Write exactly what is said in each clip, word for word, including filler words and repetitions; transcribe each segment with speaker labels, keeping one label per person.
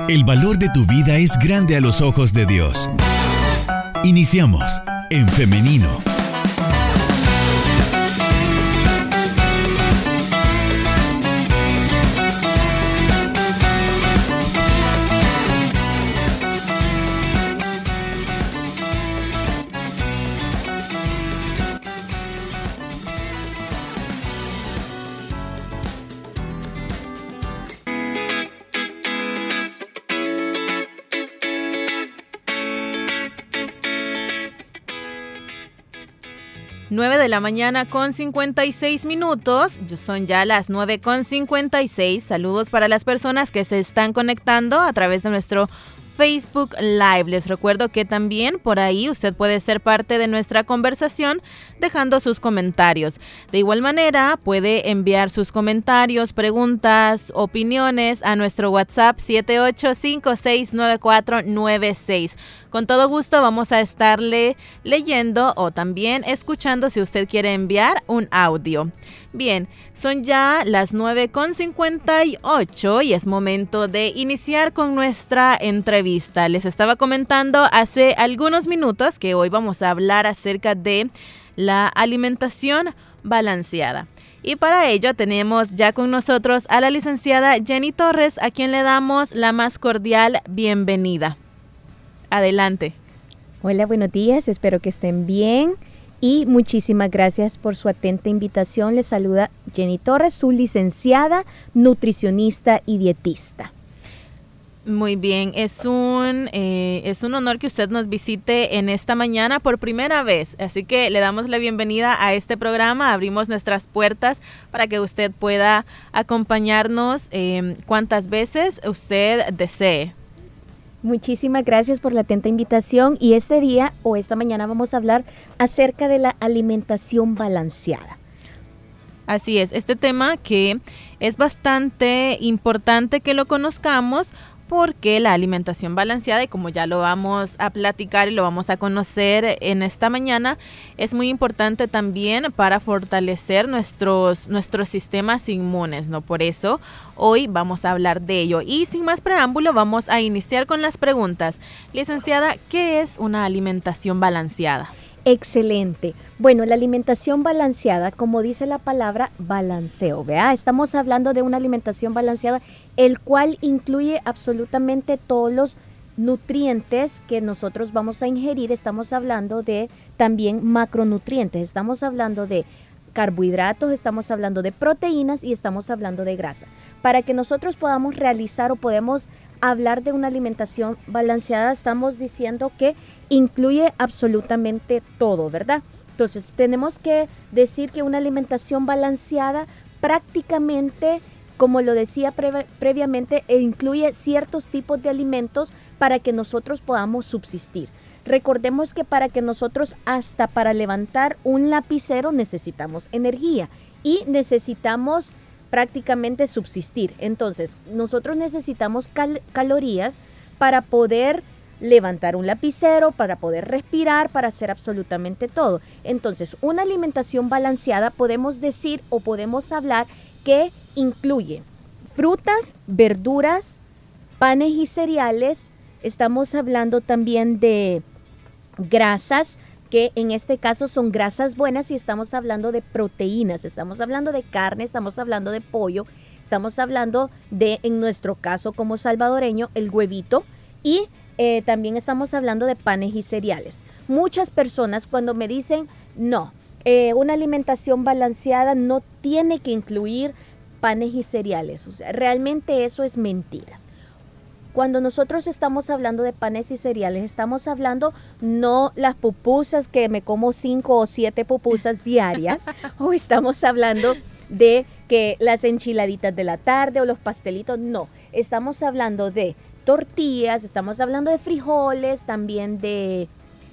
Speaker 1: El valor de tu vida es grande a los ojos de Dios. Iniciamos en femenino.
Speaker 2: nueve de la mañana con cincuenta y seis minutos, son ya las nueve con cincuenta y seis. Saludos para las personas que se están conectando a través de nuestro Facebook Live. Les recuerdo que también por ahí usted puede ser parte de nuestra conversación dejando sus comentarios. De igual manera, puede enviar sus comentarios, preguntas, opiniones a nuestro WhatsApp siete ocho cinco seis nueve cuatro nueve seis. Con todo gusto vamos a estarle leyendo o también escuchando si usted quiere enviar un audio. Bien, son ya las nueve con cincuenta y ocho y es momento de iniciar con nuestra entrevista. Les estaba comentando hace algunos minutos que hoy vamos a hablar acerca de la alimentación balanceada. Y para ello tenemos ya con nosotros a la licenciada Jenny Torres, a quien le damos la más cordial bienvenida. Adelante.
Speaker 3: Hola, buenos días, espero que estén bien y muchísimas gracias por su atenta invitación. Les saluda Jenny Torres, su licenciada, nutricionista y dietista.
Speaker 2: Muy bien, es un, eh, es un honor que usted nos visite en esta mañana por primera vez, así que le damos la bienvenida a este programa, abrimos nuestras puertas para que usted pueda acompañarnos eh, cuantas veces usted desee.
Speaker 3: Muchísimas gracias por la atenta invitación y este día o esta mañana vamos a hablar acerca de la alimentación balanceada.
Speaker 2: Así es, este tema que es bastante importante que lo conozcamos porque la alimentación balanceada, y como ya lo vamos a platicar y lo vamos a conocer en esta mañana, es muy importante también para fortalecer nuestros, nuestros sistemas inmunes, ¿no? Por eso hoy vamos a hablar de ello. Y sin más preámbulo, vamos a iniciar con las preguntas. Licenciada, ¿qué es una alimentación balanceada?
Speaker 3: Excelente. Bueno, la alimentación balanceada, como dice la palabra, balanceo, ¿verdad? Estamos hablando de una alimentación balanceada, el cual incluye absolutamente todos los nutrientes que nosotros vamos a ingerir. Estamos hablando de también macronutrientes, estamos hablando de carbohidratos, estamos hablando de proteínas y estamos hablando de grasa. Para que nosotros podamos realizar o podemos hablar de una alimentación balanceada, estamos diciendo que incluye absolutamente todo, ¿verdad? Entonces, tenemos que decir que una alimentación balanceada prácticamente, como lo decía pre- previamente, incluye ciertos tipos de alimentos para que nosotros podamos subsistir. Recordemos que para que nosotros, hasta para levantar un lapicero, necesitamos energía y necesitamos prácticamente subsistir. Entonces, nosotros necesitamos cal- calorías para poder levantar un lapicero, para poder respirar, para hacer absolutamente todo. Entonces, una alimentación balanceada podemos decir o podemos hablar que incluye frutas, verduras, panes y cereales. Estamos hablando también de grasas, que en este caso son grasas buenas, y estamos hablando de proteínas, estamos hablando de carne, estamos hablando de pollo, estamos hablando de, en nuestro caso como salvadoreño, el huevito, y eh, también estamos hablando de panes y cereales. Muchas personas cuando me dicen, no, eh, una alimentación balanceada no tiene que incluir panes y cereales, o sea, realmente eso es mentiras. Cuando nosotros estamos hablando de panes y cereales, estamos hablando no las pupusas que me como cinco o siete pupusas diarias, o estamos hablando de que las enchiladitas de la tarde o los pastelitos, no. Estamos hablando de tortillas, estamos hablando de frijoles, también de,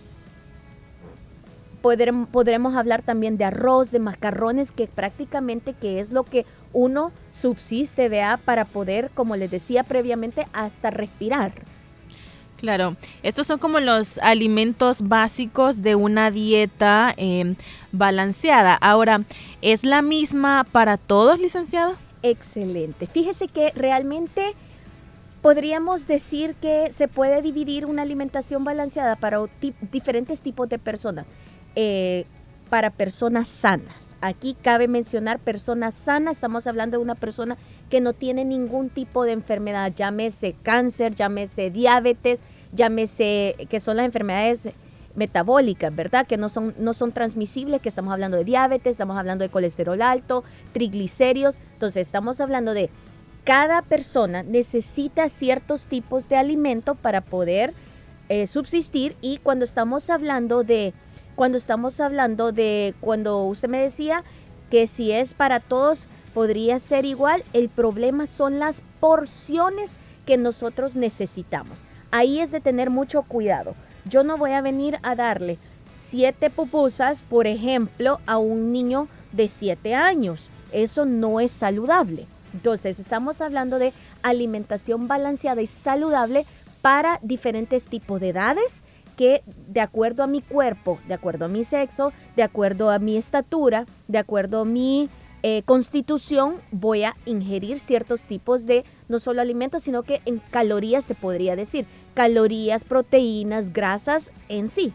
Speaker 3: podremos, podremos hablar también de arroz, de macarrones, que prácticamente que es lo que uno subsiste, vea, para poder, como les decía previamente, hasta respirar.
Speaker 2: Claro, estos son como los alimentos básicos de una dieta eh, balanceada. Ahora, ¿es la misma para todos, licenciado?
Speaker 3: Excelente. Fíjese que realmente Podríamos decir que se puede dividir una alimentación balanceada para ti- diferentes tipos de personas, eh, para personas sanas. Aquí cabe mencionar personas sanas, estamos hablando de una persona que no tiene ningún tipo de enfermedad, llámese cáncer, llámese diabetes, llámese que son las enfermedades metabólicas, ¿verdad? Que no son, no son transmisibles, que estamos hablando de diabetes, estamos hablando de colesterol alto, triglicéridos. Entonces estamos hablando de cada persona necesita ciertos tipos de alimento para poder eh, subsistir, y cuando estamos hablando de Cuando estamos hablando de, cuando usted me decía que si es para todos, podría ser igual, el problema son las porciones que nosotros necesitamos. Ahí es de tener mucho cuidado. Yo no voy a venir a darle siete pupusas, por ejemplo, a un niño de siete años. Eso no es saludable. Entonces, estamos hablando de alimentación balanceada y saludable para diferentes tipos de edades, que de acuerdo a mi cuerpo, de acuerdo a mi sexo, de acuerdo a mi estatura, de acuerdo a mi eh, constitución, voy a ingerir ciertos tipos de, no solo alimentos, sino que en calorías se podría decir, calorías, proteínas, grasas en sí.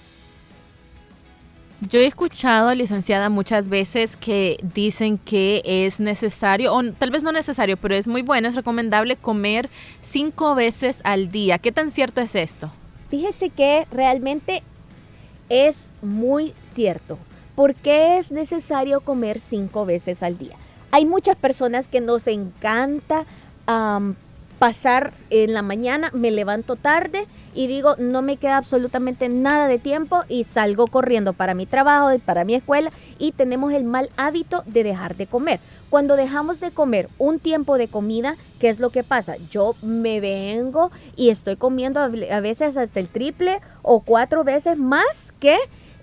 Speaker 2: Yo he escuchado, licenciada, muchas veces que dicen que es necesario, o tal vez no necesario, pero es muy bueno, es recomendable comer cinco veces al día. ¿Qué tan cierto es esto?
Speaker 3: Fíjese que realmente es muy cierto. ¿Por qué es necesario comer cinco veces al día? Hay muchas personas que nos encanta um, pasar en la mañana, me levanto tarde y digo, no me queda absolutamente nada de tiempo y salgo corriendo para mi trabajo, para mi escuela, y tenemos el mal hábito de dejar de comer. Cuando dejamos de comer un tiempo de comida, ¿qué es lo que pasa? Yo me vengo y estoy comiendo a veces hasta el triple o cuatro veces más que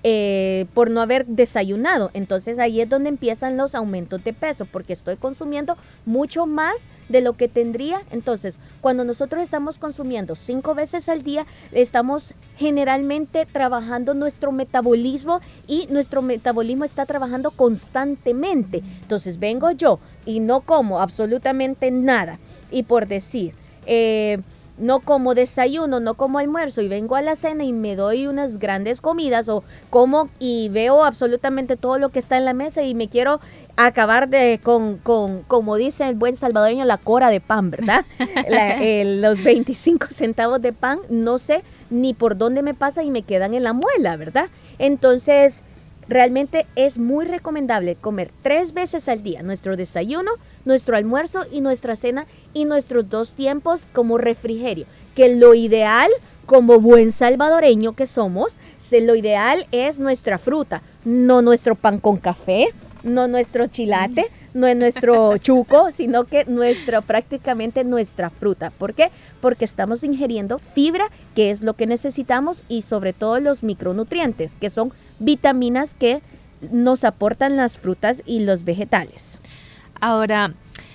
Speaker 3: eh, por no haber desayunado. Entonces ahí es donde empiezan los aumentos de peso, porque estoy consumiendo mucho más de lo que tendría. Entonces, cuando nosotros estamos consumiendo cinco veces al día, estamos generalmente trabajando nuestro metabolismo, y nuestro metabolismo está trabajando constantemente. Entonces vengo yo y no como absolutamente nada, y por decir, eh, no como desayuno, no como almuerzo, y vengo a la cena y me doy unas grandes comidas, o como y veo absolutamente todo lo que está en la mesa y me quiero acabar de con, con como dice el buen salvadoreño, la cora de pan, ¿verdad? la, eh, los veinticinco centavos de pan, no sé ni por dónde me pasa y me quedan en la muela, ¿verdad? Entonces, realmente es muy recomendable comer tres veces al día nuestro desayuno, nuestro almuerzo y nuestra cena, y nuestros dos tiempos como refrigerio, que lo ideal, como buen salvadoreño que somos, lo ideal es nuestra fruta, no nuestro pan con café, no nuestro chilate, no es nuestro chuco, sino que nuestra, prácticamente nuestra fruta. ¿Por qué? Porque estamos ingiriendo fibra, que es lo que necesitamos, y sobre todo los micronutrientes, que son vitaminas que nos aportan las frutas y los vegetales.
Speaker 2: Ahora,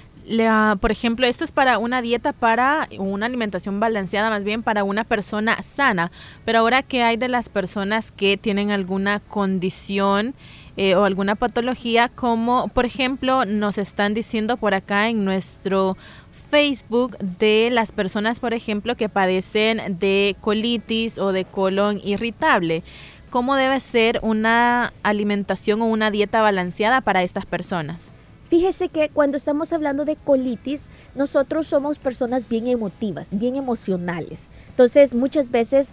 Speaker 2: la, por ejemplo, esto es para una dieta, para una alimentación balanceada, más bien para una persona sana. Pero ahora, ¿qué hay de las personas que tienen alguna condición eh, o alguna patología? Como, por ejemplo, nos están diciendo por acá en nuestro Facebook de las personas, por ejemplo, que padecen de colitis o de colon irritable. ¿Cómo debe ser una alimentación o una dieta balanceada para estas personas?
Speaker 3: Fíjese que cuando estamos hablando de colitis, nosotros somos personas bien emotivas, bien emocionales. Entonces, muchas veces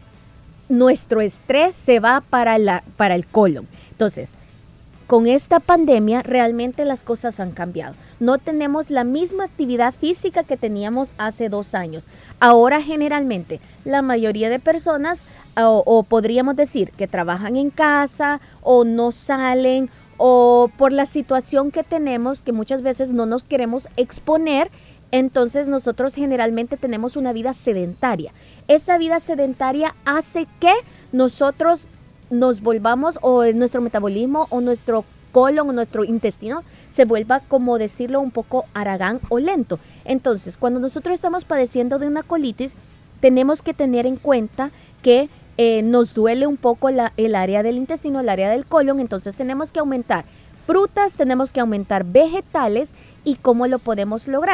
Speaker 3: nuestro estrés se va para, la, para el colon. Entonces, con esta pandemia realmente las cosas han cambiado. No tenemos la misma actividad física que teníamos hace dos años. Ahora generalmente la mayoría de personas, o, o podríamos decir que trabajan en casa o no salen, o por la situación que tenemos, que muchas veces no nos queremos exponer, entonces nosotros generalmente tenemos una vida sedentaria. Esta vida sedentaria hace que nosotros nos volvamos, o nuestro metabolismo o nuestro colon o nuestro intestino se vuelva, como decirlo, un poco haragán o lento. Entonces, cuando nosotros estamos padeciendo de una colitis, tenemos que tener en cuenta que eh, nos duele un poco la, el área del intestino, el área del colon. Entonces tenemos que aumentar frutas, tenemos que aumentar vegetales. ¿Y cómo lo podemos lograr?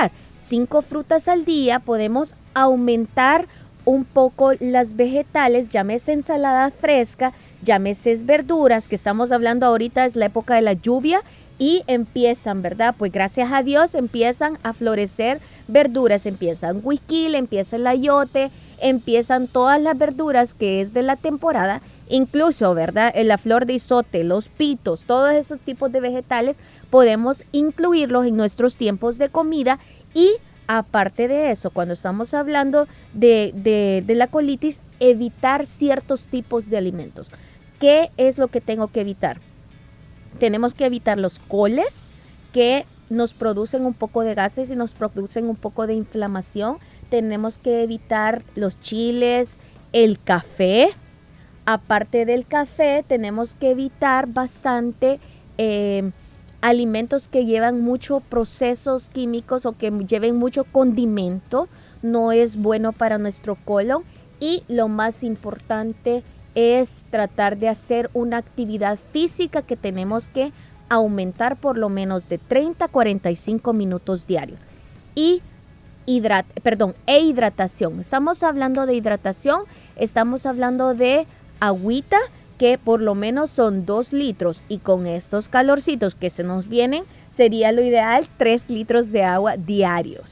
Speaker 3: cinco frutas al día, podemos aumentar un poco las vegetales, llámese ensalada fresca, llámese verduras, que estamos hablando ahorita, es la época de la lluvia y empiezan, ¿verdad? Pues gracias a Dios empiezan a florecer verduras, empiezan huiquil, empieza el ayote, empiezan todas las verduras que es de la temporada, incluso, ¿verdad? La flor de izote, los pitos, todos esos tipos de vegetales podemos incluirlos en nuestros tiempos de comida. Y aparte de eso, cuando estamos hablando de, de, de la colitis, evitar ciertos tipos de alimentos. ¿Qué es lo que tengo que evitar? Tenemos que evitar los coles que nos producen un poco de gases y nos producen un poco de inflamación. Tenemos que evitar los chiles, el café. Aparte del café, tenemos que evitar bastante eh, alimentos que llevan muchos procesos químicos o que lleven mucho condimento. No es bueno para nuestro colon. Y lo más importante es tratar de hacer una actividad física que tenemos que aumentar por lo menos de treinta a cuarenta y cinco minutos diarios. Y hidrat, perdón, e hidratación. Estamos hablando de hidratación, estamos hablando de agüita, que por lo menos son dos litros, y con estos calorcitos que se nos vienen, sería lo ideal tres litros de agua diarios.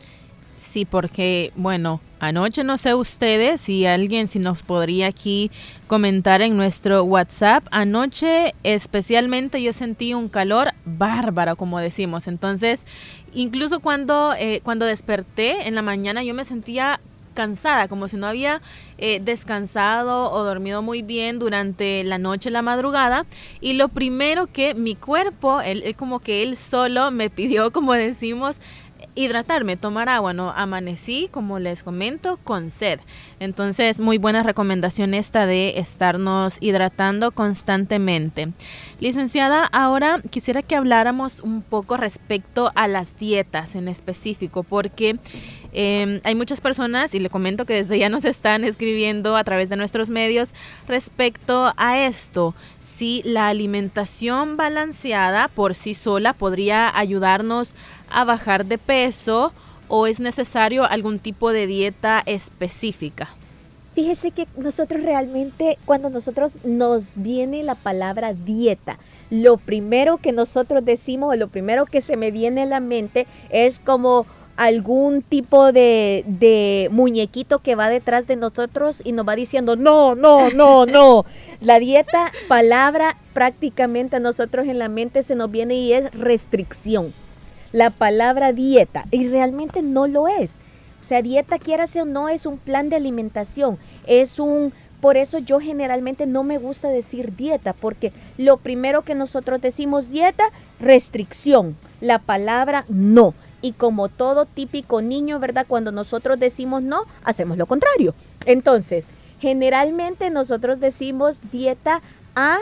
Speaker 2: Sí, porque, bueno, anoche no sé ustedes, si alguien si nos podría aquí comentar en nuestro WhatsApp, anoche especialmente yo sentí un calor bárbaro, como decimos. Entonces, incluso cuando, eh, cuando desperté en la mañana yo me sentía cansada, como si no había eh, descansado o dormido muy bien durante la noche, la madrugada, y lo primero que mi cuerpo, él, él como que él solo me pidió, como decimos, hidratarme, tomar agua, ¿no? Amanecí, como les comento, con sed. Entonces, muy buena recomendación esta de estarnos hidratando constantemente. Licenciada, ahora quisiera que habláramos un poco respecto a las dietas en específico, porque eh, hay muchas personas, y le comento que desde ya nos están escribiendo a través de nuestros medios respecto a esto, si la alimentación balanceada por sí sola podría ayudarnos a bajar de peso o es necesario algún tipo de dieta específica.
Speaker 3: Fíjese que nosotros realmente, cuando nosotros nos viene la palabra dieta, lo primero que nosotros decimos, o lo primero que se me viene a la mente es como algún tipo de, de muñequito que va detrás de nosotros y nos va diciendo no, no, no, no. La dieta, palabra prácticamente a nosotros en la mente se nos viene y es restricción. La palabra dieta, y realmente no lo es. O sea, dieta, quiérase o no, es un plan de alimentación, es un, por eso yo generalmente no me gusta decir dieta, porque lo primero que nosotros decimos dieta, restricción, la palabra no. Y como todo típico niño, ¿verdad? Cuando nosotros decimos no, hacemos lo contrario. Entonces, generalmente nosotros decimos dieta a,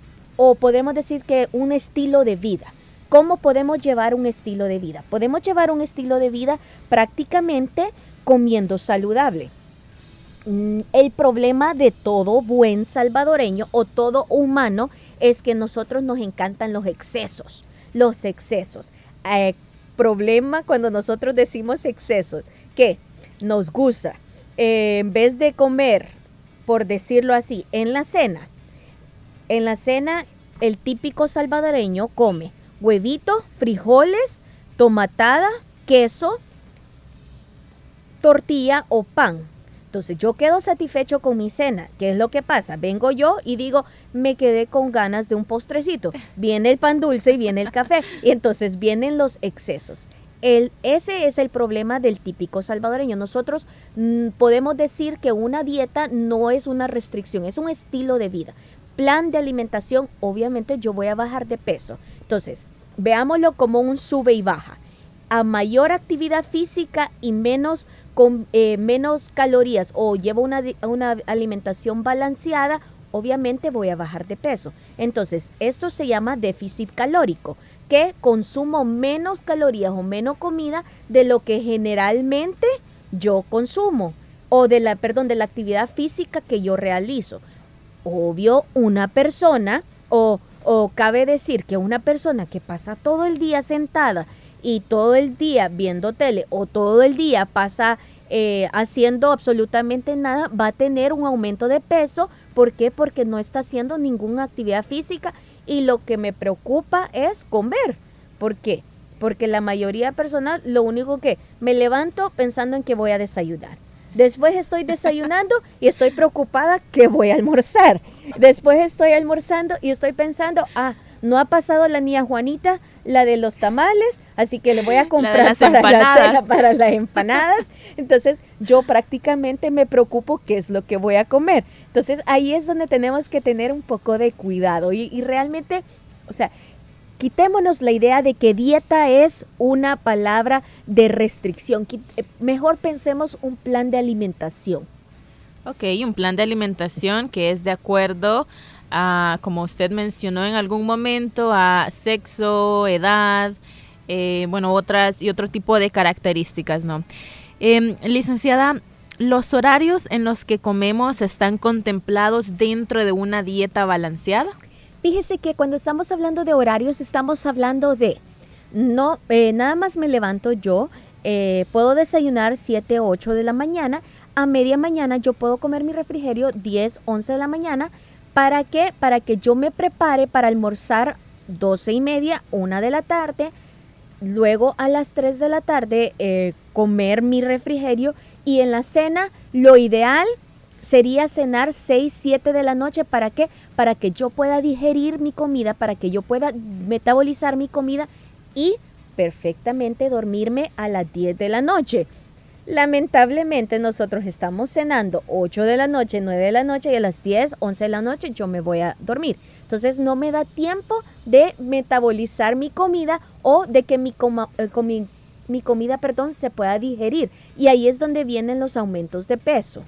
Speaker 3: o podemos decir que un estilo de vida. ¿Cómo podemos llevar un estilo de vida? Podemos llevar un estilo de vida prácticamente comiendo saludable. El problema de todo buen salvadoreño o todo humano es que nosotros nos encantan los excesos. Los excesos. Eh, problema cuando nosotros decimos excesos, que nos gusta, eh, en vez de comer, por decirlo así, en la cena, en la cena el típico salvadoreño come huevito, frijoles, tomatada, queso, tortilla o pan. Entonces yo quedo satisfecho con mi cena. ¿Qué es lo que pasa? Vengo yo y digo, me quedé con ganas de un postrecito. Viene el pan dulce y viene el café. Y entonces vienen los excesos. El, ese es el problema del típico salvadoreño. Nosotros mmm, podemos decir que una dieta no es una restricción, es un estilo de vida. Plan de alimentación, obviamente yo voy a bajar de peso. Entonces, veámoslo como un sube y baja. A mayor actividad física y menos, con, eh, menos calorías o llevo una, una alimentación balanceada, obviamente voy a bajar de peso. Entonces, esto se llama déficit calórico, que consumo menos calorías o menos comida de lo que generalmente yo consumo o de la, perdón, de la actividad física que yo realizo. Obvio, una persona o, o cabe decir que una persona que pasa todo el día sentada y todo el día viendo tele o todo el día pasa eh, haciendo absolutamente nada, va a tener un aumento de peso. ¿Por qué? Porque no está haciendo ninguna actividad física y lo que me preocupa es comer. ¿Por qué? Porque la mayoría de personas lo único que me levanto pensando en que voy a desayunar. Después estoy desayunando y estoy preocupada que voy a almorzar. Después estoy almorzando y estoy pensando, ah, no ha pasado la niña Juanita, la de los tamales, así que le voy a comprar para la cena, para las empanadas. Entonces yo prácticamente me preocupo qué es lo que voy a comer. Entonces ahí es donde tenemos que tener un poco de cuidado y, y realmente, o sea, quitémonos la idea de que dieta es una palabra de restricción. Mejor pensemos un plan de alimentación.
Speaker 2: Ok, un plan de alimentación que es de acuerdo a, como usted mencionó en algún momento, a sexo, edad, eh, bueno, otras y otro tipo de características, ¿no? Eh, licenciada, ¿los horarios en los que comemos están contemplados dentro de una dieta balanceada?
Speaker 3: Fíjese que cuando estamos hablando de horarios, estamos hablando de, no, eh, nada más me levanto yo, eh, puedo desayunar siete, ocho de la mañana, a media mañana yo puedo comer mi refrigerio diez, once de la mañana. ¿Para qué? Para que yo me prepare para almorzar doce y media, una de la tarde, luego a las tres de la tarde eh, comer mi refrigerio y en la cena lo ideal sería cenar seis, siete de la noche. ¿Para qué? Para que yo pueda digerir mi comida, para que yo pueda metabolizar mi comida y perfectamente dormirme a las diez de la noche. Lamentablemente nosotros estamos cenando ocho de la noche, nueve de la noche y a las diez, once de la noche yo me voy a dormir. Entonces no me da tiempo de metabolizar mi comida o de que mi, coma, eh, comi, mi comida perdón, se pueda digerir. Y ahí es donde vienen los aumentos de peso.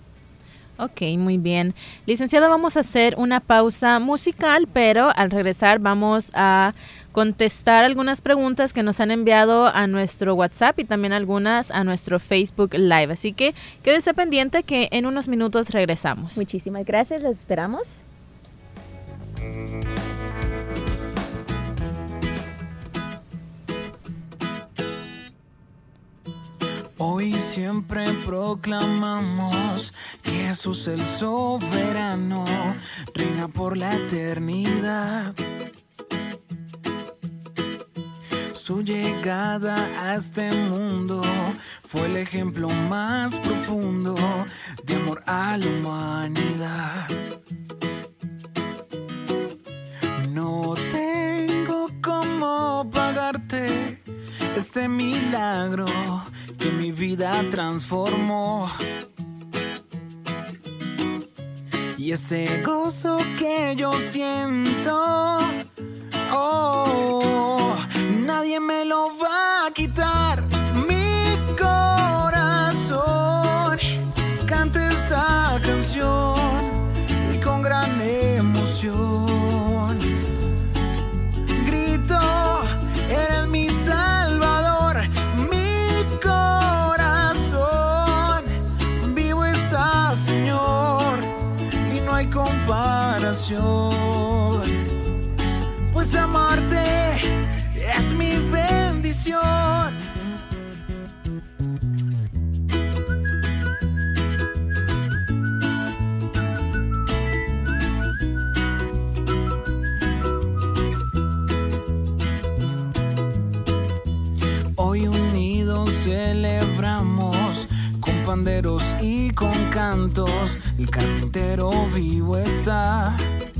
Speaker 2: Ok, muy bien. Licenciada, vamos a hacer una pausa musical, pero al regresar vamos a contestar algunas preguntas que nos han enviado a nuestro WhatsApp y también algunas a nuestro Facebook Live. Así que quédese pendiente que en unos minutos regresamos.
Speaker 3: Muchísimas gracias, los esperamos.
Speaker 4: Hoy siempre proclamamos que Jesús el soberano reina por la eternidad. Su llegada a este mundo fue el ejemplo más profundo de amor a la humanidad. No tengo cómo pagarte este milagro que mi vida transformó. Y este gozo que yo siento, oh, nadie me lo va a quitar. Mi corazón canta esta canción y con gran emoción grito, eres mi Salvador. Mi corazón vivo está, Señor, y no hay comparación, pues amarte es mi bendición. Hoy unidos celebramos con panderos y con cantos, el carpintero vivo está.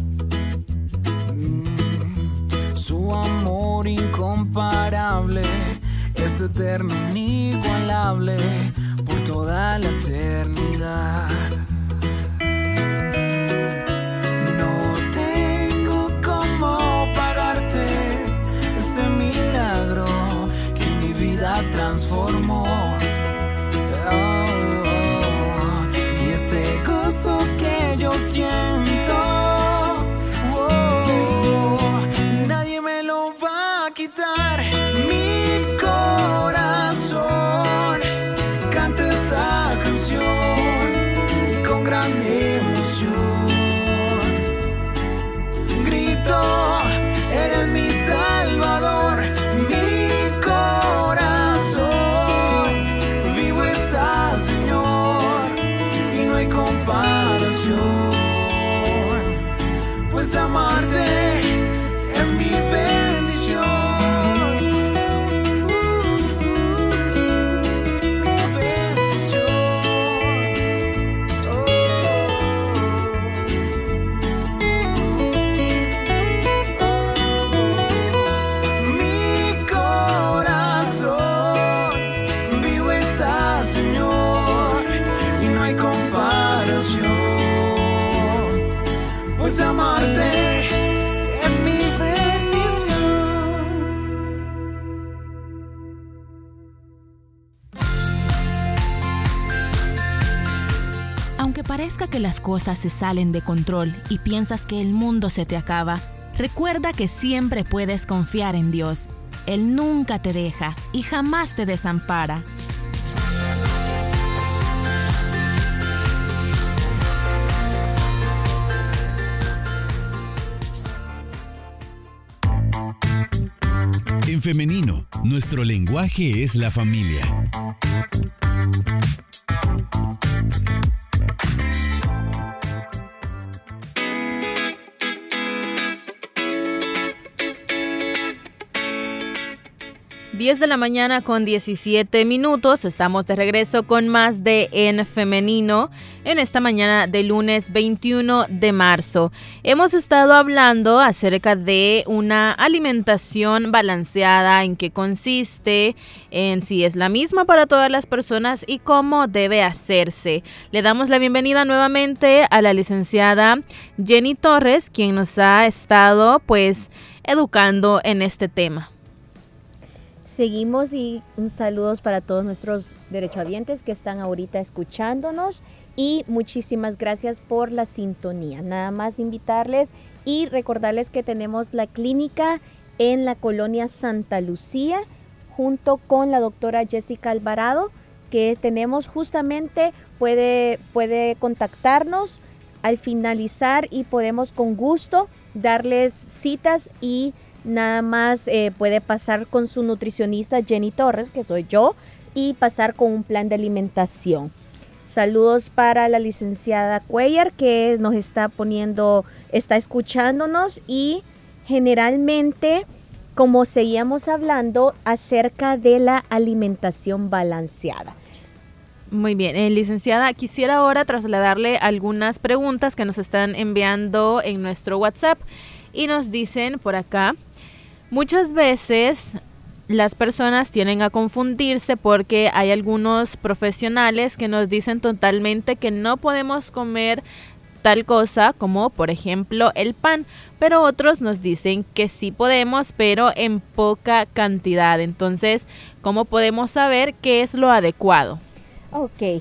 Speaker 4: Su amor incomparable es eterno, inigualable por toda la eternidad. No tengo cómo pagarte este milagro que mi vida transformó. Oh, oh, y este gozo que yo siento, quitar. Mi corazón canta esta canción y con gran emoción grito, eres mi Salvador. Mi corazón
Speaker 2: parezca que las cosas se salen de control y piensas que el mundo se te acaba, recuerda que siempre puedes confiar en Dios. Él nunca te deja y jamás te desampara.
Speaker 1: En femenino, nuestro lenguaje es la familia.
Speaker 2: diez de la mañana con diecisiete minutos, estamos de regreso con más de En Femenino en esta mañana de lunes veintiuno de marzo. Hemos estado hablando acerca de una alimentación balanceada, en qué consiste, en si es la misma para todas las personas y cómo debe hacerse. Le damos la bienvenida nuevamente a la licenciada Jenny Torres, quien nos ha estado pues educando en este tema.
Speaker 3: Seguimos y un saludos para todos nuestros derechohabientes que están ahorita escuchándonos y muchísimas gracias por la sintonía. Nada más invitarles y recordarles que tenemos la clínica en la colonia Santa Lucía junto con la doctora Jessica Alvarado, que tenemos justamente, puede, puede contactarnos al finalizar y podemos con gusto darles citas y nada más eh, puede pasar con su nutricionista Jenny Torres, que soy yo, y pasar con un plan de alimentación. Saludos para la licenciada Cuellar, que nos está poniendo, está escuchándonos, y generalmente, como seguíamos hablando, acerca de la alimentación balanceada.
Speaker 2: Muy bien, eh, licenciada, quisiera ahora trasladarle algunas preguntas que nos están enviando en nuestro WhatsApp y nos dicen por acá: muchas veces las personas tienden a confundirse porque hay algunos profesionales que nos dicen totalmente que no podemos comer tal cosa como por ejemplo el pan, pero otros nos dicen que sí podemos, pero en poca cantidad. Entonces, ¿cómo podemos saber qué es lo adecuado?
Speaker 3: Ok,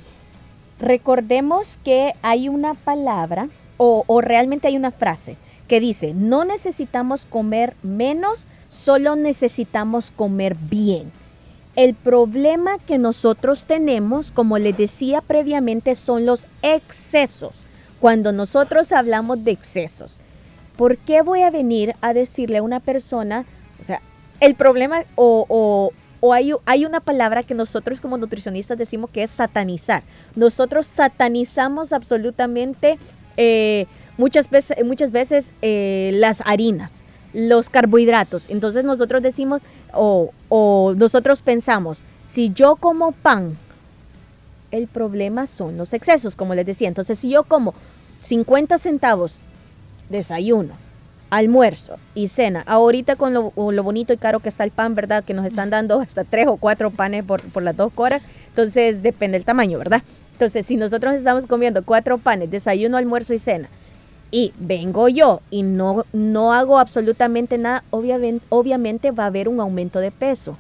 Speaker 3: recordemos que hay una palabra o, o realmente hay una frase que dice: no necesitamos comer menos, solo necesitamos comer bien. El problema que nosotros tenemos, como les decía previamente, son los excesos. Cuando nosotros hablamos de excesos, ¿por qué voy a venir a decirle a una persona? O sea, el problema o, o, o hay, hay una palabra que nosotros como nutricionistas decimos que es satanizar. Nosotros satanizamos absolutamente eh, muchas veces, muchas veces eh, las harinas, los carbohidratos. Entonces nosotros decimos o, o nosotros pensamos, si yo como pan, el problema son los excesos, como les decía. Entonces, si yo como cincuenta centavos desayuno, almuerzo y cena, ahorita con lo, lo bonito y caro que está el pan, ¿verdad? Que nos están dando hasta tres o cuatro panes por, por las dos horas, entonces depende del tamaño, ¿verdad? Entonces, si nosotros estamos comiendo cuatro panes, desayuno, almuerzo y cena, y vengo yo y no, no hago absolutamente nada, obviamente, obviamente va a haber un aumento de peso.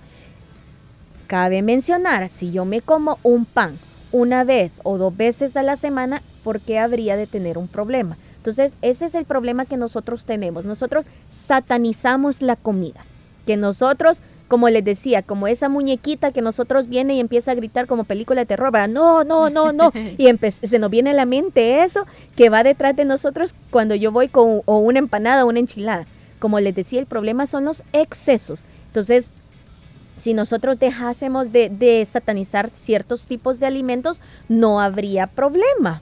Speaker 3: Cabe mencionar, si yo me como un pan una vez o dos veces a la semana, ¿por qué habría de tener un problema? Entonces, ese es el problema que nosotros tenemos. Nosotros satanizamos la comida. Que nosotros, como les decía, como esa muñequita que nosotros viene y empieza a gritar como película de terror, ¿verdad? No, no, no, no. Y se nos viene a la mente eso que va detrás de nosotros cuando yo voy con o una empanada o una enchilada. Como les decía, el problema son los excesos. Entonces, si nosotros dejásemos de, de satanizar ciertos tipos de alimentos, no habría problema.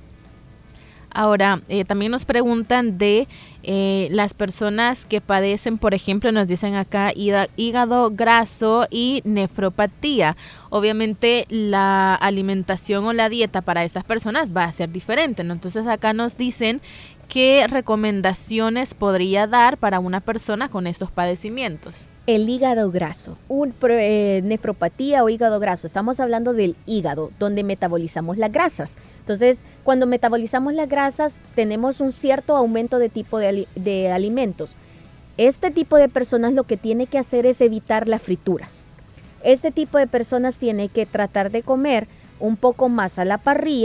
Speaker 2: Ahora, eh, también nos preguntan de eh, las personas que padecen, por ejemplo, nos dicen acá hígado graso y nefropatía. Obviamente la alimentación o la dieta para estas personas va a ser diferente, ¿no? Entonces acá nos dicen qué recomendaciones podría dar para una persona con estos padecimientos.
Speaker 3: El hígado graso, un, eh, nefropatía o hígado graso. Estamos hablando del hígado, donde metabolizamos las grasas. Entonces, cuando metabolizamos las grasas, tenemos un cierto aumento de tipo de, de alimentos. Este tipo de personas lo que tiene que hacer es evitar las frituras. Este tipo de personas tiene que tratar de comer un poco más a la parrilla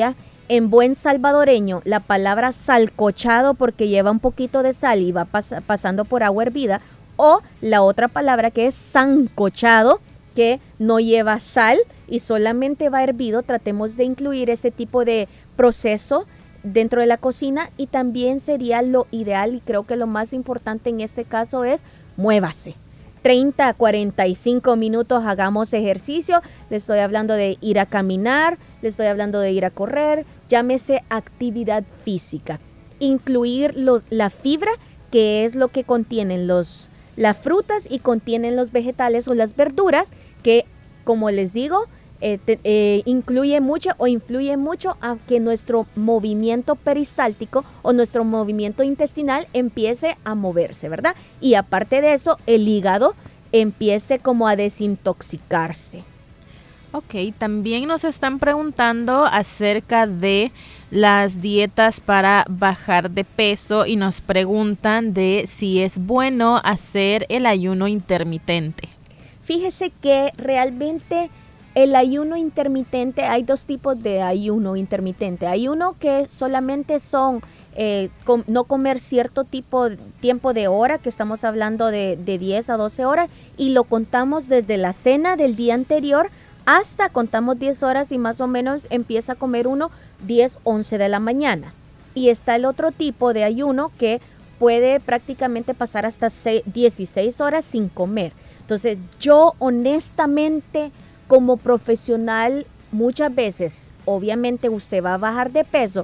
Speaker 3: en buen salvadoreño, la palabra salcochado porque lleva un poquito de sal y va pas- pasando por agua hervida, o la otra palabra que es sancochado, que no lleva sal y solamente va hervido. Tratemos de incluir ese tipo de proceso dentro de la cocina, y también sería lo ideal, y creo que lo más importante en este caso es muévase. treinta a cuarenta y cinco minutos hagamos ejercicio. Le estoy hablando de ir a caminar, le estoy hablando de ir a correr, llámese actividad física. Incluir los, la fibra, que es lo que contienen los, las frutas y contienen los vegetales o las verduras, que como les digo, eh, te, eh, incluye mucho o influye mucho a que nuestro movimiento peristáltico o nuestro movimiento intestinal empiece a moverse, ¿verdad? Y aparte de eso, el hígado empiece como a desintoxicarse.
Speaker 2: Ok, también nos están preguntando acerca de las dietas para bajar de peso y nos preguntan de si es bueno hacer el ayuno intermitente.
Speaker 3: Fíjese que realmente el ayuno intermitente, hay dos tipos de ayuno intermitente. Hay uno que solamente son eh, com, no comer cierto tipo de tiempo de hora, que estamos hablando de, de diez a doce horas, y lo contamos desde la cena del día anterior hasta contamos diez horas y más o menos empieza a comer uno diez, once de la mañana. Y está el otro tipo de ayuno que puede prácticamente pasar hasta dieciséis horas sin comer. Entonces yo honestamente, como profesional, muchas veces, obviamente usted va a bajar de peso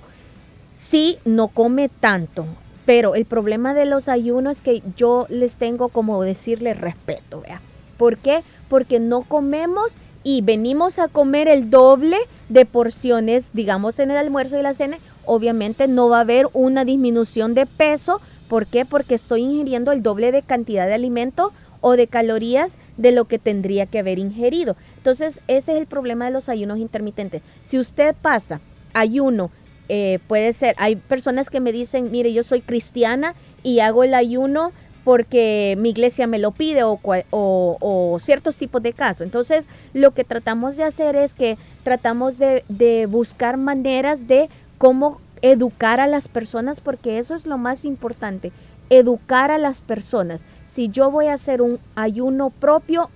Speaker 3: si no come tanto, pero el problema de los ayunos es que yo les tengo como decirles respeto, ¿vea? ¿Por qué? Porque no comemos y venimos a comer el doble de porciones, digamos en el almuerzo y la cena. Obviamente no va a haber una disminución de peso. ¿Por qué? Porque estoy ingiriendo el doble de cantidad de alimento o de calorías de lo que tendría que haber ingerido. Entonces, ese es el problema de los ayunos intermitentes. Si usted pasa ayuno, eh, puede ser, hay personas que me dicen, mire, yo soy cristiana y hago el ayuno porque mi iglesia me lo pide o, o, o ciertos tipos de casos. Entonces, lo que tratamos de hacer es que tratamos de, de buscar maneras de cómo educar a las personas, porque eso es lo más importante, educar a las personas. Si yo voy a hacer un ayuno propio,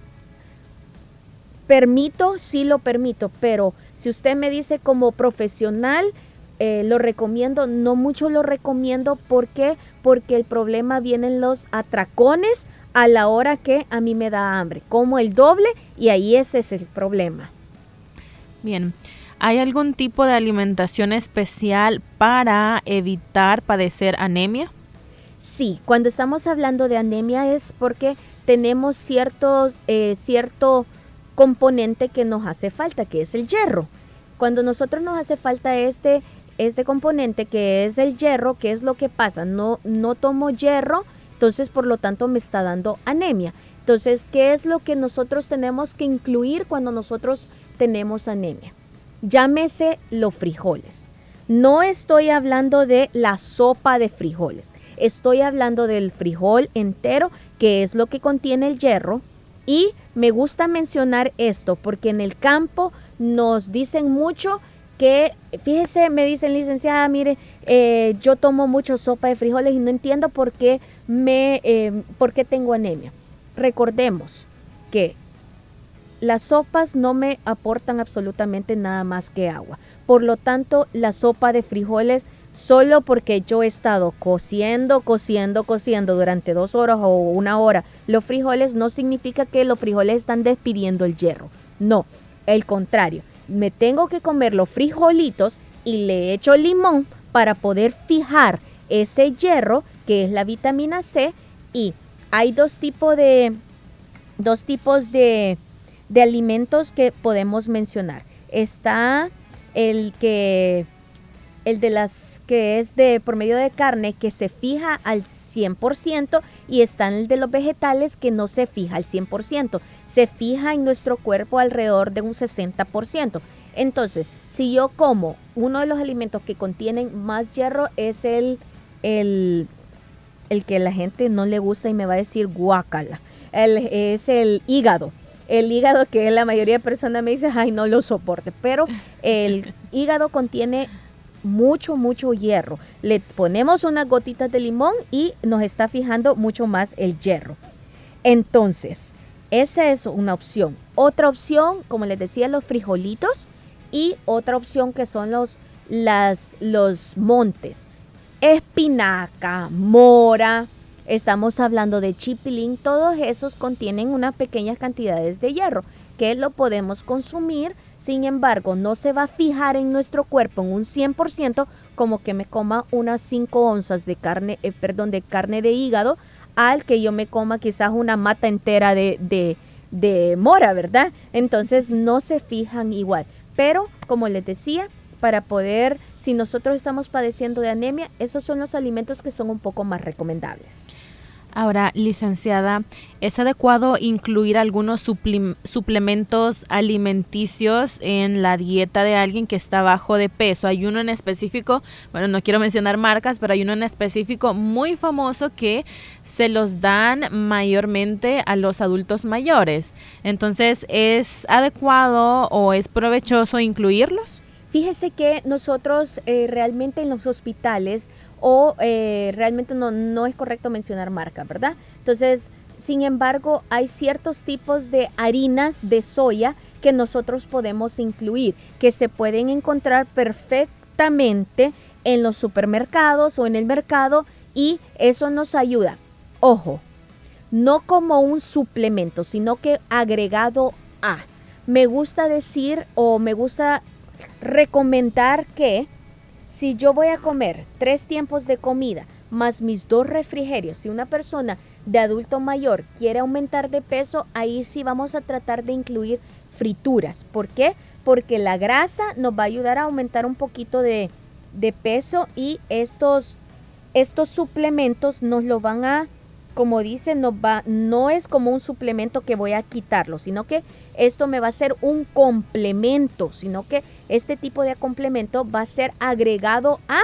Speaker 3: permito, sí lo permito, pero si usted me dice como profesional, eh, lo recomiendo, no mucho lo recomiendo. ¿Por qué? Porque el problema vienen los atracones a la hora que a mí me da hambre, como el doble, y ahí ese es el problema.
Speaker 2: Bien, ¿hay algún tipo de alimentación especial para evitar padecer anemia?
Speaker 3: Sí, cuando estamos hablando de anemia es porque tenemos ciertos, eh, cierto componente que nos hace falta, que es el hierro. Cuando nosotros nos hace falta este, este componente que es el hierro, ¿qué es lo que pasa? No, no tomo hierro, entonces por lo tanto me está dando anemia. Entonces, ¿qué es lo que nosotros tenemos que incluir cuando nosotros tenemos anemia? Llámese los frijoles. No estoy hablando de la sopa de frijoles. Estoy hablando del frijol entero, que es lo que contiene el hierro. Y me gusta mencionar esto porque en el campo nos dicen mucho que, fíjese, me dicen, licenciada, mire, eh, yo tomo mucho sopa de frijoles y no entiendo por qué, me, eh, por qué tengo anemia. Recordemos que las sopas no me aportan absolutamente nada más que agua. Por lo tanto, la sopa de frijoles, solo porque yo he estado cociendo, cociendo, cociendo durante dos horas o una hora los frijoles, no significa que los frijoles están despidiendo el hierro. No, el contrario. Me tengo que comer los frijolitos y le echo limón para poder fijar ese hierro, que es la vitamina C. Y hay dos tipos de, dos tipos de, de alimentos que podemos mencionar. Está el que, el de las que es de por medio de carne, que se fija al cien por ciento, y está el de los vegetales, que no se fija al cien por ciento, se fija en nuestro cuerpo alrededor de un sesenta por ciento. Entonces, si yo como uno de los alimentos que contienen más hierro, es el, el, el que la gente no le gusta y me va a decir guácala, el, es el hígado. El hígado, que la mayoría de personas me dice, ay, no lo soporte, pero el hígado contiene mucho, mucho hierro. Le ponemos unas gotitas de limón y nos está fijando mucho más el hierro. Entonces, esa es una opción. Otra opción, como les decía, los frijolitos. Y otra opción que son los, las, los montes. Espinaca, mora, estamos hablando de chipilín. Todos esos contienen unas pequeñas cantidades de hierro que lo podemos consumir. Sin embargo, no se va a fijar en nuestro cuerpo en un cien por ciento como que me coma unas cinco onzas de carne, eh, perdón, de carne de hígado, al que yo me coma quizás una mata entera de, de, de mora, ¿verdad? Entonces no se fijan igual. Pero, como les decía, para poder, si nosotros estamos padeciendo de anemia, esos son los alimentos que son un poco más recomendables.
Speaker 2: Ahora, licenciada, ¿es adecuado incluir algunos suplim- suplementos alimenticios en la dieta de alguien que está bajo de peso? Hay uno en específico, bueno, no quiero mencionar marcas, pero hay uno en específico muy famoso que se los dan mayormente a los adultos mayores. Entonces, ¿es adecuado o es provechoso incluirlos?
Speaker 3: Fíjese que nosotros eh, realmente en los hospitales o eh, realmente no, no es correcto mencionar marca, ¿verdad? Entonces, sin embargo, hay ciertos tipos de harinas de soya que nosotros podemos incluir, que se pueden encontrar perfectamente en los supermercados o en el mercado y eso nos ayuda. Ojo, no como un suplemento, sino que agregado a. Me gusta decir o me gusta recomendar que si yo voy a comer tres tiempos de comida más mis dos refrigerios, si una persona de adulto mayor quiere aumentar de peso, ahí sí vamos a tratar de incluir frituras. ¿Por qué? Porque la grasa nos va a ayudar a aumentar un poquito de, de peso y estos, estos suplementos nos lo van a, como dicen, nos va, no es como un suplemento que voy a quitarlo, sino que esto me va a ser un complemento, sino que este tipo de complemento va a ser agregado a,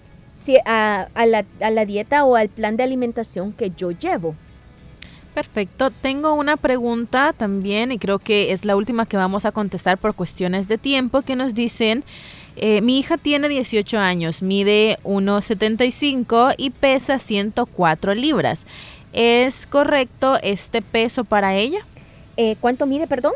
Speaker 3: a, a, la, a la dieta o al plan de alimentación que yo llevo.
Speaker 2: Perfecto. Tengo una pregunta también y creo que es la última que vamos a contestar por cuestiones de tiempo, que nos dicen, eh, mi hija tiene dieciocho años, mide uno setenta y cinco y pesa ciento cuatro libras. ¿Es correcto este peso para ella?
Speaker 3: Eh, ¿Cuánto mide, perdón?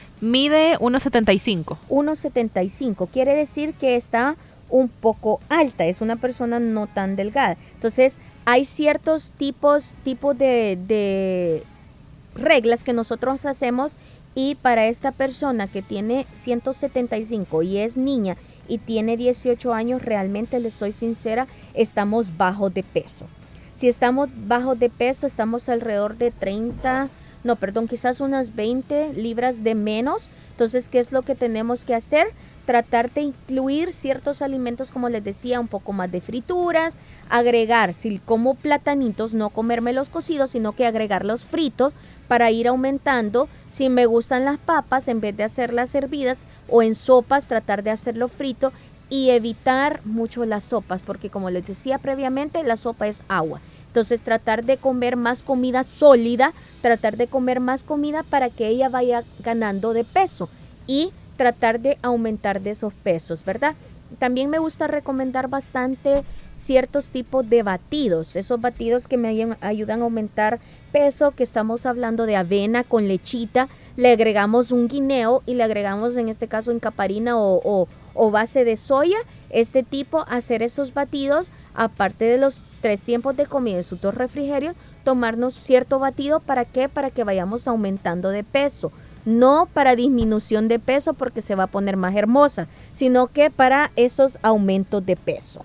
Speaker 2: Mide uno setenta y cinco.
Speaker 3: uno setenta y cinco, quiere decir que está un poco alta, es una persona no tan delgada. Entonces, hay ciertos tipos, tipos de, de reglas que nosotros hacemos y para esta persona que tiene ciento setenta y cinco y es niña y tiene dieciocho años, realmente les soy sincera, estamos bajo de peso. Si estamos bajo de peso, estamos alrededor de treinta, no, perdón, quizás unas veinte libras de menos. Entonces, ¿qué es lo que tenemos que hacer? Tratar de incluir ciertos alimentos, como les decía, un poco más de frituras, agregar, si como platanitos, no comérmelos cocidos, sino que agregarlos fritos para ir aumentando. Si me gustan las papas, en vez de hacerlas hervidas o en sopas, tratar de hacerlo frito y evitar mucho las sopas, porque como les decía previamente, la sopa es agua. Entonces, tratar de comer más comida sólida, tratar de comer más comida para que ella vaya ganando de peso y tratar de aumentar de esos pesos, ¿verdad? También me gusta recomendar bastante ciertos tipos de batidos, esos batidos que me ayudan a aumentar peso, que estamos hablando de avena con lechita, le agregamos un guineo y le agregamos en este caso encaparina o, o, o base de soya, este tipo, hacer esos batidos, aparte de los tres tiempos de comida y sus dos refrigerios, tomarnos cierto batido, ¿para qué? Para que vayamos aumentando de peso. No para disminución de peso porque se va a poner más hermosa, sino que para esos aumentos de peso.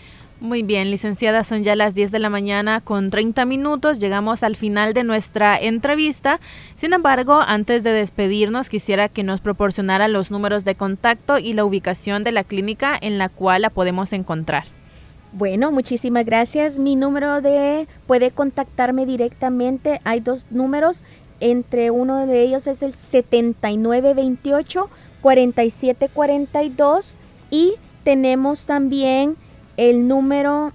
Speaker 2: Muy bien, licenciada, son ya las diez de la mañana con treinta minutos, llegamos al final de nuestra entrevista. Sin embargo, antes de despedirnos, quisiera que nos proporcionara los números de contacto y la ubicación de la clínica en la cual la podemos encontrar.
Speaker 3: Bueno, muchísimas gracias. Mi número de, puede contactarme directamente, hay dos números. Entre uno de ellos es el setenta y nueve veintiocho, cuarenta y siete cuarenta y dos y tenemos también el número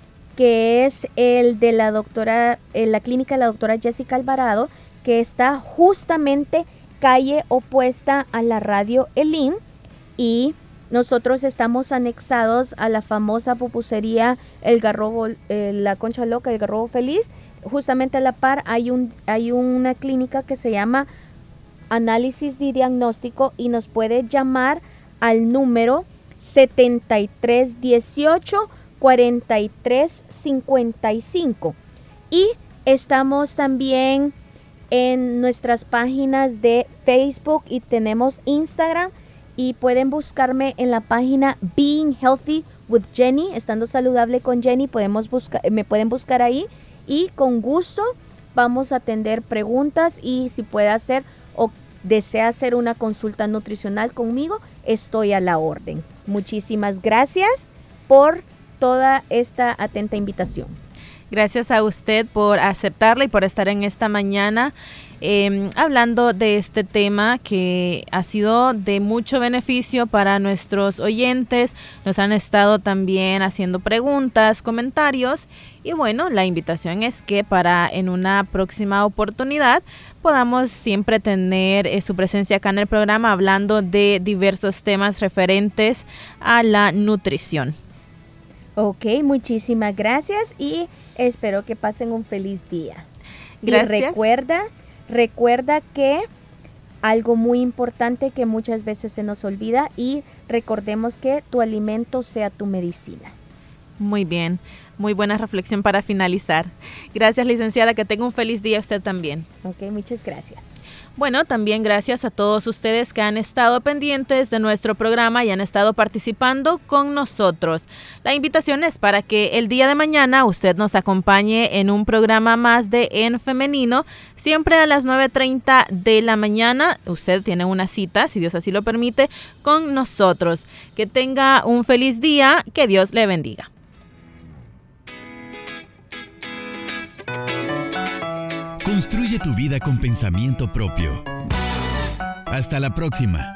Speaker 3: que es el de la doctora, en la clínica de la doctora Jessica Alvarado, que está justamente calle opuesta a la radio Elín y nosotros estamos anexados a la famosa pupusería El Garrobo, eh, la Concha Loca, El Garrobo Feliz. Justamente a la par hay, un, hay una clínica que se llama Análisis y Diagnóstico y nos puede llamar al número setenta y tres dieciocho cuarenta y tres cincuenta y cinco. Y estamos también en nuestras páginas de Facebook y tenemos Instagram y pueden buscarme en la página Being Healthy with Jenny, estando saludable con Jenny, podemos buscar, me pueden buscar ahí y con gusto vamos a atender preguntas y si puede hacer o desea hacer una consulta nutricional conmigo, estoy a la orden. Muchísimas gracias por toda esta atenta invitación.
Speaker 2: Gracias a usted por aceptarla y por estar en esta mañana eh, hablando de este tema que ha sido de mucho beneficio para nuestros oyentes. Nos han estado también haciendo preguntas, comentarios y bueno, la invitación es que para en una próxima oportunidad podamos siempre tener eh, su presencia acá en el programa hablando de diversos temas referentes a la nutrición.
Speaker 3: Ok, muchísimas gracias y espero que pasen un feliz día.
Speaker 2: Gracias.
Speaker 3: Y recuerda, recuerda que algo muy importante que muchas veces se nos olvida y recordemos que tu alimento sea tu medicina.
Speaker 2: Muy bien, muy buena reflexión para finalizar. Gracias, licenciada, que tenga un feliz día usted también.
Speaker 3: Ok, muchas gracias.
Speaker 2: Bueno, también gracias a todos ustedes que han estado pendientes de nuestro programa y han estado participando con nosotros. La invitación es para que el día de mañana usted nos acompañe en un programa más de En Femenino, siempre a las nueve treinta de la mañana. Usted tiene una cita, si Dios así lo permite, con nosotros. Que tenga un feliz día, que Dios le bendiga.
Speaker 1: Construye tu vida con pensamiento propio. Hasta la próxima.